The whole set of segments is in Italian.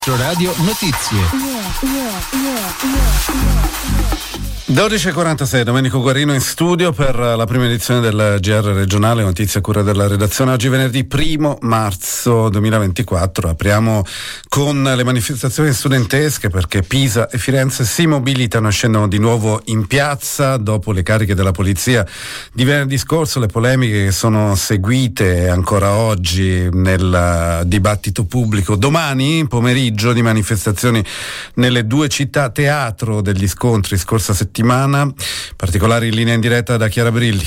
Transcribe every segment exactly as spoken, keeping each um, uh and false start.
Radio Notizie. dodici e quarantasei, Domenico Guarino in studio per la prima edizione del G R regionale, notizie a cura della redazione. Oggi venerdì primo marzo duemilaventiquattro apriamo con le manifestazioni studentesche, perché Pisa e Firenze si mobilitano e scendono di nuovo in piazza dopo le cariche della polizia di venerdì scorso, le polemiche che sono seguite ancora oggi nel dibattito pubblico. Domani pomeriggio di manifestazioni nelle due città teatro degli scontri scorsa settimana. Particolari in linea in diretta da Chiara Brilli.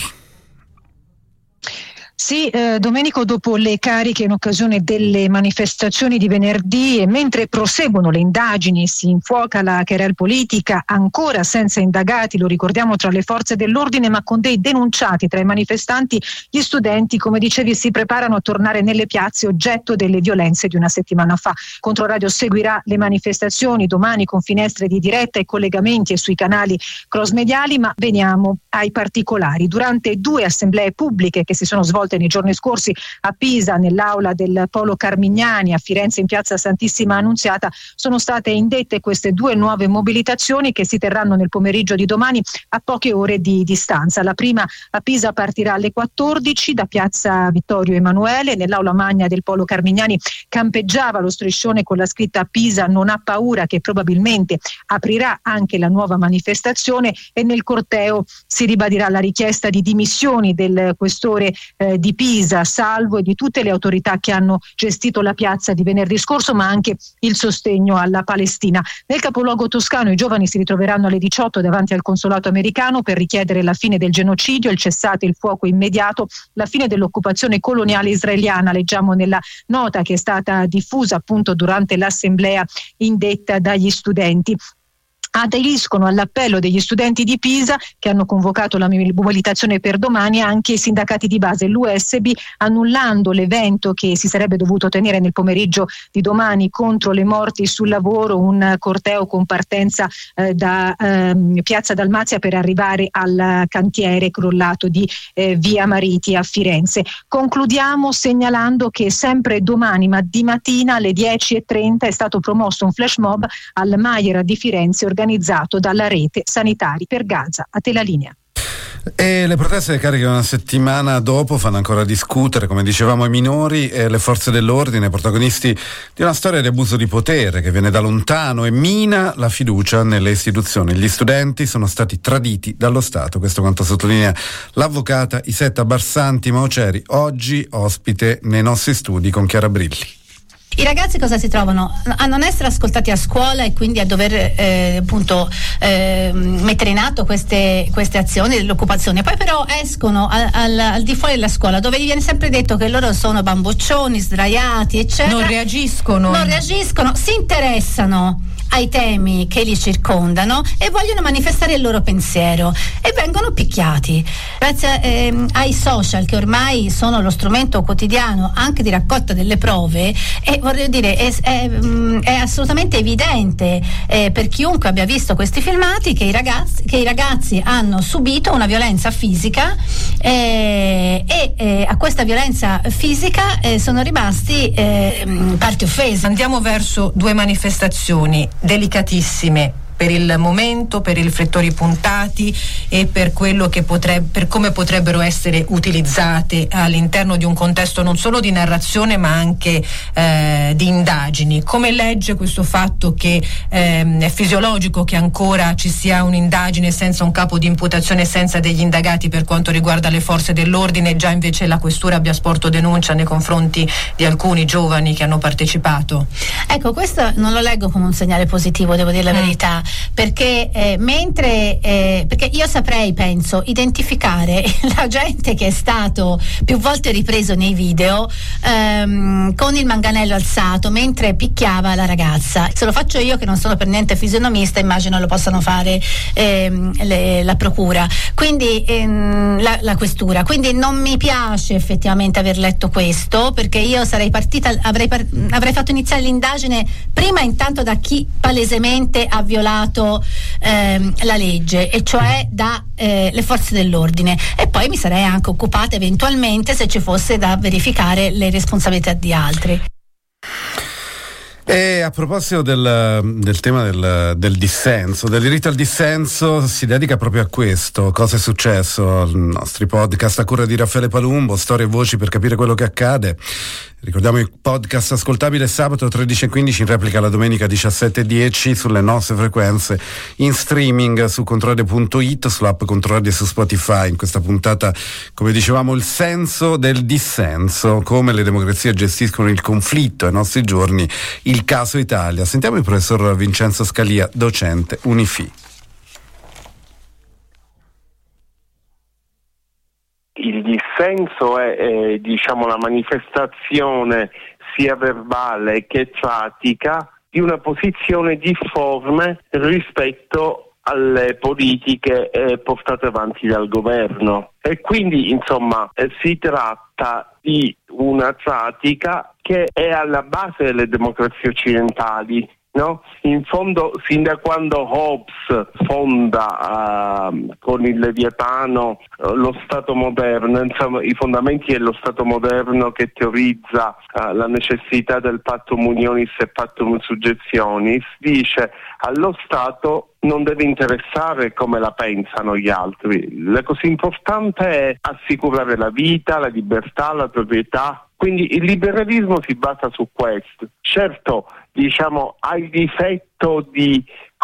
Sì, eh, Domenico, dopo le cariche in occasione delle manifestazioni di venerdì e mentre proseguono le indagini, si infuoca la querela politica, ancora senza indagati, lo ricordiamo, tra le forze dell'ordine, ma con dei denunciati tra i manifestanti, gli studenti, come dicevi, si preparano a tornare nelle piazze oggetto delle violenze di una settimana fa. Controradio seguirà le manifestazioni domani con finestre di diretta e collegamenti e sui canali cross-mediali, ma veniamo ai particolari. Durante due assemblee pubbliche che si sono svolte nei giorni scorsi a Pisa, nell'aula del Polo Carmignani, a Firenze in piazza Santissima Annunziata, sono state indette queste due nuove mobilitazioni che si terranno nel pomeriggio di domani a poche ore di distanza. La prima a Pisa partirà alle quattordici da piazza Vittorio Emanuele. Nell'aula magna del Polo Carmignani campeggiava lo striscione con la scritta "Pisa non ha paura", che probabilmente aprirà anche la nuova manifestazione, e nel corteo si ribadirà la richiesta di dimissioni del questore eh, di Pisa, Salvo, e di tutte le autorità che hanno gestito la piazza di venerdì scorso, ma anche il sostegno alla Palestina. Nel capoluogo toscano i giovani si ritroveranno alle diciotto davanti al consolato americano per richiedere la fine del genocidio, il cessate il fuoco immediato, la fine dell'occupazione coloniale israeliana. Leggiamo nella nota che è stata diffusa appunto durante l'assemblea indetta dagli studenti. Aderiscono all'appello degli studenti di Pisa, che hanno convocato la mobilitazione per domani, anche i sindacati di base, l'U S B, annullando l'evento che si sarebbe dovuto tenere nel pomeriggio di domani contro le morti sul lavoro, un corteo con partenza eh, da eh, Piazza Dalmazia per arrivare al cantiere crollato di eh, Via Mariti a Firenze. Concludiamo segnalando che sempre domani, ma di mattina alle dieci e trenta, è stato promosso un flash mob al Maiera di Firenze organizzato dalla rete Sanitari per Gaza. A te la linea. E le proteste e le cariche una settimana dopo fanno ancora discutere, come dicevamo, i minori e le forze dell'ordine, protagonisti di una storia di abuso di potere che viene da lontano e mina la fiducia nelle istituzioni. Gli studenti sono stati traditi dallo Stato, questo quanto sottolinea l'avvocata Isetta Barsanti Mauceri, oggi ospite nei nostri studi con Chiara Brilli. I ragazzi cosa si trovano? A non essere ascoltati a scuola e quindi a dover eh, appunto eh, mettere in atto queste, queste azioni dell'occupazione. Poi però escono al, al, al di fuori della scuola, dove gli viene sempre detto che loro sono bamboccioni, sdraiati, eccetera. Non reagiscono. Non reagiscono, si interessano ai temi che li circondano e vogliono manifestare il loro pensiero e vengono picchiati. Grazie eh, ai social, che ormai sono lo strumento quotidiano anche di raccolta delle prove, e vorrei dire è, è, è assolutamente evidente eh, per chiunque abbia visto questi filmati che i ragazzi, che i ragazzi hanno subito una violenza fisica eh, e eh, a questa violenza fisica eh, sono rimasti eh, parti offese. Andiamo verso due manifestazioni delicatissime per il momento, per i riflettori puntati e per quello che potrebbe, per come potrebbero essere utilizzate all'interno di un contesto non solo di narrazione ma anche eh, di indagini. Come legge questo fatto che eh, è fisiologico che ancora ci sia un'indagine senza un capo di imputazione, senza degli indagati per quanto riguarda le forze dell'ordine, già invece la questura abbia sporto denuncia nei confronti di alcuni giovani che hanno partecipato? Ecco, questo non lo leggo come un segnale positivo, devo dire la mm. verità. Perché eh, mentre eh, perché io saprei, penso, identificare l'agente che è stato più volte ripreso nei video ehm, con il manganello alzato mentre picchiava la ragazza. Se lo faccio io, che non sono per niente fisionomista, immagino lo possano fare ehm, le, la procura, quindi ehm, la, la questura. Quindi non mi piace effettivamente aver letto questo, perché io sarei partita, avrei, par- avrei fatto iniziare l'indagine prima intanto da chi palesemente ha violato ehm, la legge, e cioè da eh, le forze dell'ordine, e poi mi sarei anche occupata eventualmente se ci fosse da verificare le responsabilità di altri. E a proposito del, del tema del, del dissenso, del diritto al dissenso, si dedica proprio a questo. Cosa è successo ai nostri podcast a cura di Raffaele Palumbo, storie e voci per capire quello che accade. Ricordiamo il podcast ascoltabile sabato tredici e quindici, in replica la domenica diciassette e dieci sulle nostre frequenze, in streaming su controradio punto it, sull'app Controradio e su Spotify. In questa puntata, come dicevamo, il senso del dissenso, come le democrazie gestiscono il conflitto ai nostri giorni, il caso Italia. Sentiamo il professor Vincenzo Scalia, docente Unifi. Il dissenso è, è diciamo la manifestazione sia verbale che pratica di una posizione difforme rispetto alle politiche eh, portate avanti dal governo, e quindi insomma eh, si tratta di una pratica che è alla base delle democrazie occidentali. No? In fondo, sin da quando Hobbes fonda uh, con il Leviatano uh, lo Stato moderno, insomma i fondamenti dello Stato moderno, che teorizza uh, la necessità del pattum unionis e pattum suggestionis, dice allo Stato non deve interessare come la pensano gli altri, la cosa importante è assicurare la vita, la libertà, la proprietà. Quindi il liberalismo si basa su questo. Certo, diciamo, ha il difetto di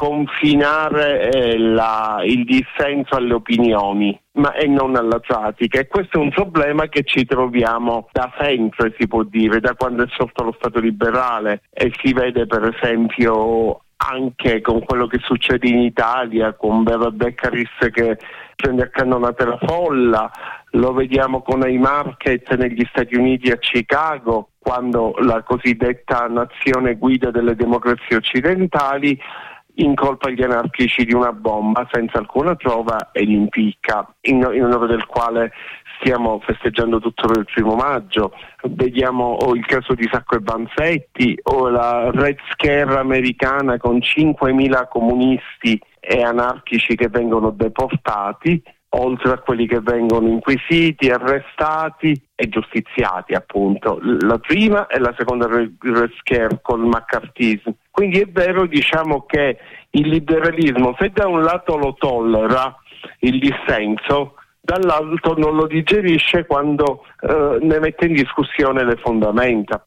confinare eh, la, il dissenso alle opinioni, ma e non alla pratica, e questo è un problema che ci troviamo da sempre, si può dire, da quando è sorto lo Stato liberale, e si vede per esempio anche con quello che succede in Italia, con Beva Beccaris che prende a cannonate la folla, lo vediamo con Haymarket negli Stati Uniti a Chicago, quando la cosiddetta nazione guida delle democrazie occidentali incolpa gli anarchici di una bomba senza alcuna prova e li impicca, in, in onore del quale stiamo festeggiando tutto il primo maggio. Vediamo o il caso di Sacco e Vanzetti o la Red Scare americana con cinquemila comunisti e anarchici che vengono deportati, oltre a quelli che vengono inquisiti, arrestati e giustiziati, appunto. La prima e la seconda Red Scare col McCarthyismo. Quindi è vero, diciamo, che il liberalismo, se da un lato lo tollera il dissenso, dall'altro non lo digerisce quando eh, ne mette in discussione le fondamenta.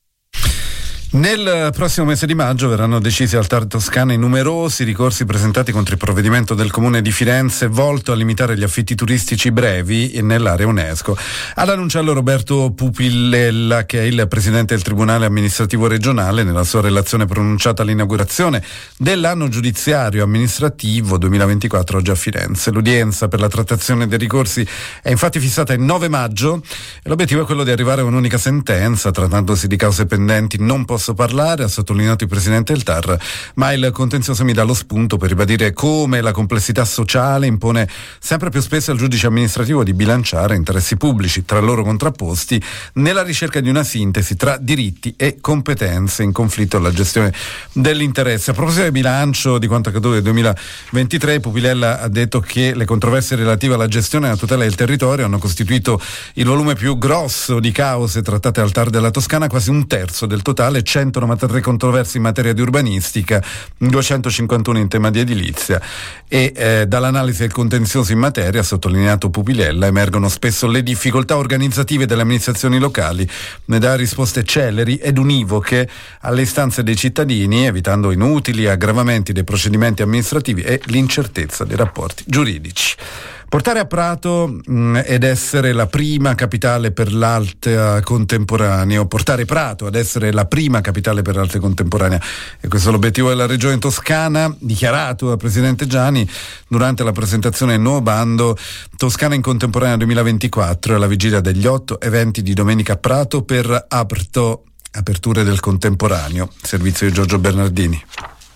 Nel prossimo mese di maggio verranno decisi al TAR Toscana i numerosi ricorsi presentati contro il provvedimento del Comune di Firenze volto a limitare gli affitti turistici brevi nell'area UNESCO. Ad annunciarlo Roberto Pupillella, che è il presidente del Tribunale Amministrativo Regionale, nella sua relazione pronunciata all'inaugurazione dell'anno giudiziario amministrativo duemilaventiquattro oggi a Firenze. L'udienza per la trattazione dei ricorsi è infatti fissata il nove maggio e l'obiettivo è quello di arrivare a un'unica sentenza. Trattandosi di cause pendenti non posso parlare, ha sottolineato il presidente del TAR, ma il contenzioso mi dà lo spunto per ribadire come la complessità sociale impone sempre più spesso al giudice amministrativo di bilanciare interessi pubblici tra loro contrapposti nella ricerca di una sintesi tra diritti e competenze in conflitto alla gestione dell'interesse. A proposito del bilancio di quanto accaduto nel duemilaventitré, Pupillella ha detto che le controversie relative alla gestione e alla tutela del territorio hanno costituito il volume più grosso di cause trattate al TAR della Toscana, quasi un terzo del totale, centonovantatré controversie in materia di urbanistica, duecentocinquantuno in tema di edilizia, e eh, dall'analisi del contenzioso in materia, ha sottolineato Pupillella, emergono spesso le difficoltà organizzative delle amministrazioni locali ne dà risposte celeri ed univoche alle istanze dei cittadini, evitando inutili aggravamenti dei procedimenti amministrativi e l'incertezza dei rapporti giuridici. Portare a Prato mh, ed essere la prima capitale per l'arte contemporanea, portare Prato ad essere la prima capitale per l'arte contemporanea, e questo è l'obiettivo della regione toscana, dichiarato dal presidente Gianni durante la presentazione del nuovo bando Toscana in Contemporanea duemilaventiquattro, alla vigilia degli otto eventi di domenica a Prato per Aperto, aperture del contemporaneo. Servizio di Giorgio Bernardini.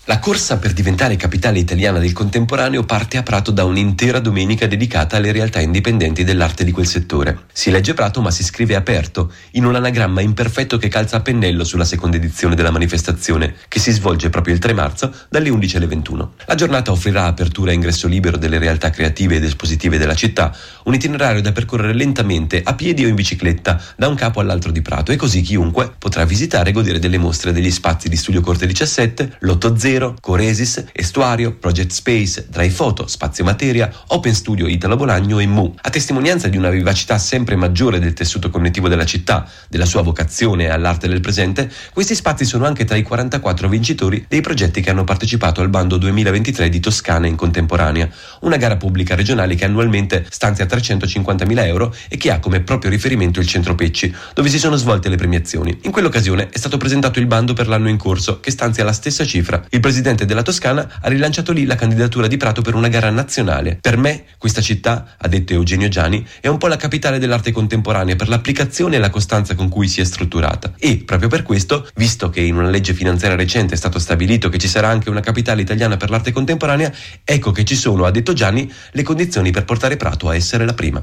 La corsa per diventare capitale italiana del contemporaneo parte a Prato da un'intera domenica dedicata alle realtà indipendenti dell'arte di quel settore. Si legge Prato ma si scrive aperto, in un anagramma imperfetto che calza a pennello sulla seconda edizione della manifestazione, che si svolge proprio il tre marzo dalle undici alle ventuno. La giornata offrirà apertura e ingresso libero delle realtà creative ed espositive della città, un itinerario da percorrere lentamente a piedi o in bicicletta da un capo all'altro di Prato, e così chiunque potrà visitare e godere delle mostre degli spazi di Studio Corte diciassette, Lotto Zero, Coresis, Estuario, Project Space, Dry Photo, Spazio Materia, Open Studio Italo Bolagno e Mu. A testimonianza di una vivacità sempre maggiore del tessuto cognitivo della città, della sua vocazione all'arte del presente, questi spazi sono anche tra i quarantaquattro vincitori dei progetti che hanno partecipato al bando duemilaventitré di Toscana in Contemporanea, una gara pubblica regionale che annualmente stanzia trecentocinquantamila euro e che ha come proprio riferimento il Centro Pecci, dove si sono svolte le premiazioni. In quell'occasione è stato presentato il bando per l'anno in corso, che stanzia la stessa cifra. Il presidente della Toscana ha rilanciato lì la candidatura di Prato per una gara nazionale. Per me, questa città, ha detto Eugenio Giani, è un po' la capitale dell'arte contemporanea per l'applicazione e la costanza con cui si è strutturata. E, proprio per questo, visto che in una legge finanziaria recente è stato stabilito che ci sarà anche una capitale italiana per l'arte contemporanea, ecco che ci sono, ha detto Giani, le condizioni per portare Prato a essere la prima.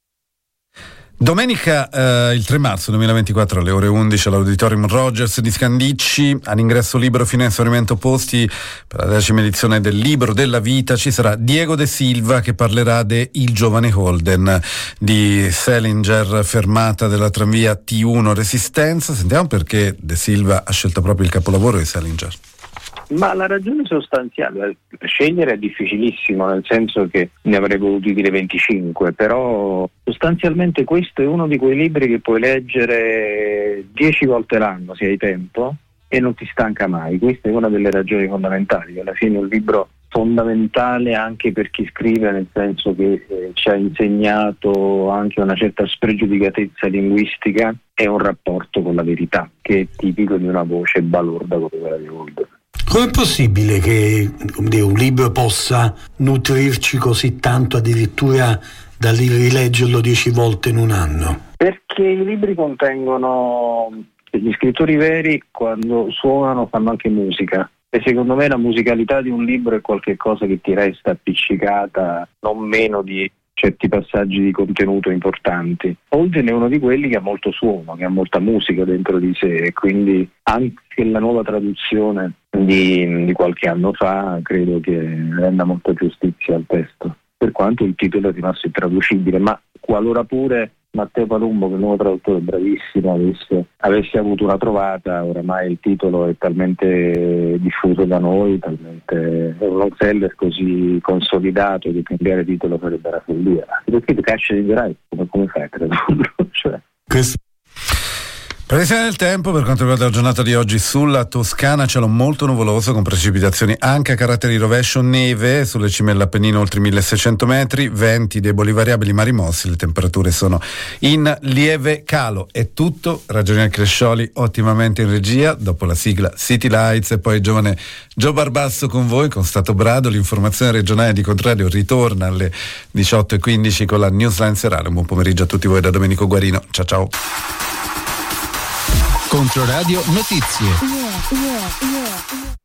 Domenica eh, il tre marzo duemilaventiquattro alle ore undici all'Auditorium Rogers di Scandicci, all'ingresso libero fino a esaurimento posti per la decima edizione del Libro della Vita, ci sarà Diego De Silva che parlerà de Il giovane Holden di Salinger, fermata della tranvia T uno Resistenza. Sentiamo perché De Silva ha scelto proprio il capolavoro di Salinger. Ma la ragione sostanziale, scegliere è difficilissimo, nel senso che ne avrei voluti dire venticinque, però sostanzialmente questo è uno di quei libri che puoi leggere dieci volte l'anno se hai tempo e non ti stanca mai. Questa è una delle ragioni fondamentali. Alla fine è un libro fondamentale anche per chi scrive, nel senso che eh, ci ha insegnato anche una certa spregiudicatezza linguistica e un rapporto con la verità che è tipico di una voce balorda come quella di Holden. Com'è possibile che un libro possa nutrirci così tanto, addirittura da rileggerlo dieci volte in un anno? Perché i libri contengono, gli scrittori veri quando suonano fanno anche musica, e secondo me la musicalità di un libro è qualcosa che ti resta appiccicata non meno di certi passaggi di contenuto importanti. Holden è uno di quelli che ha molto suono, che ha molta musica dentro di sé, e quindi anche la nuova traduzione di, di qualche anno fa credo che renda molta giustizia al testo, per quanto il titolo è rimasto intraducibile. Ma qualora pure Matteo Palumbo, che è il nuovo traduttore bravissimo, avesse, avesse avuto una trovata, oramai il titolo è talmente diffuso da noi, talmente è uno seller così consolidato che cambiare titolo sarebbe una follia. Perché ti caccia di Gerai, come, come fai a tradurlo? Cioè. Questo. Previsione del tempo per quanto riguarda la giornata di oggi: sulla Toscana cielo molto nuvoloso con precipitazioni anche a carattere di rovescio, neve sulle cime dell'Appennino oltre i milleseicento metri, venti deboli variabili ma rimossi, le temperature sono in lieve calo. È tutto, Ragionier Crescioli ottimamente in regia, dopo la sigla City Lights e poi il giovane Gio Barbasso con voi con Stato Brado. L'informazione regionale di Contrario ritorna alle diciotto e quindici con la Newsline serale. Un buon pomeriggio a tutti voi da Domenico Guarino, ciao ciao. Controradio Notizie. Yeah, yeah, yeah.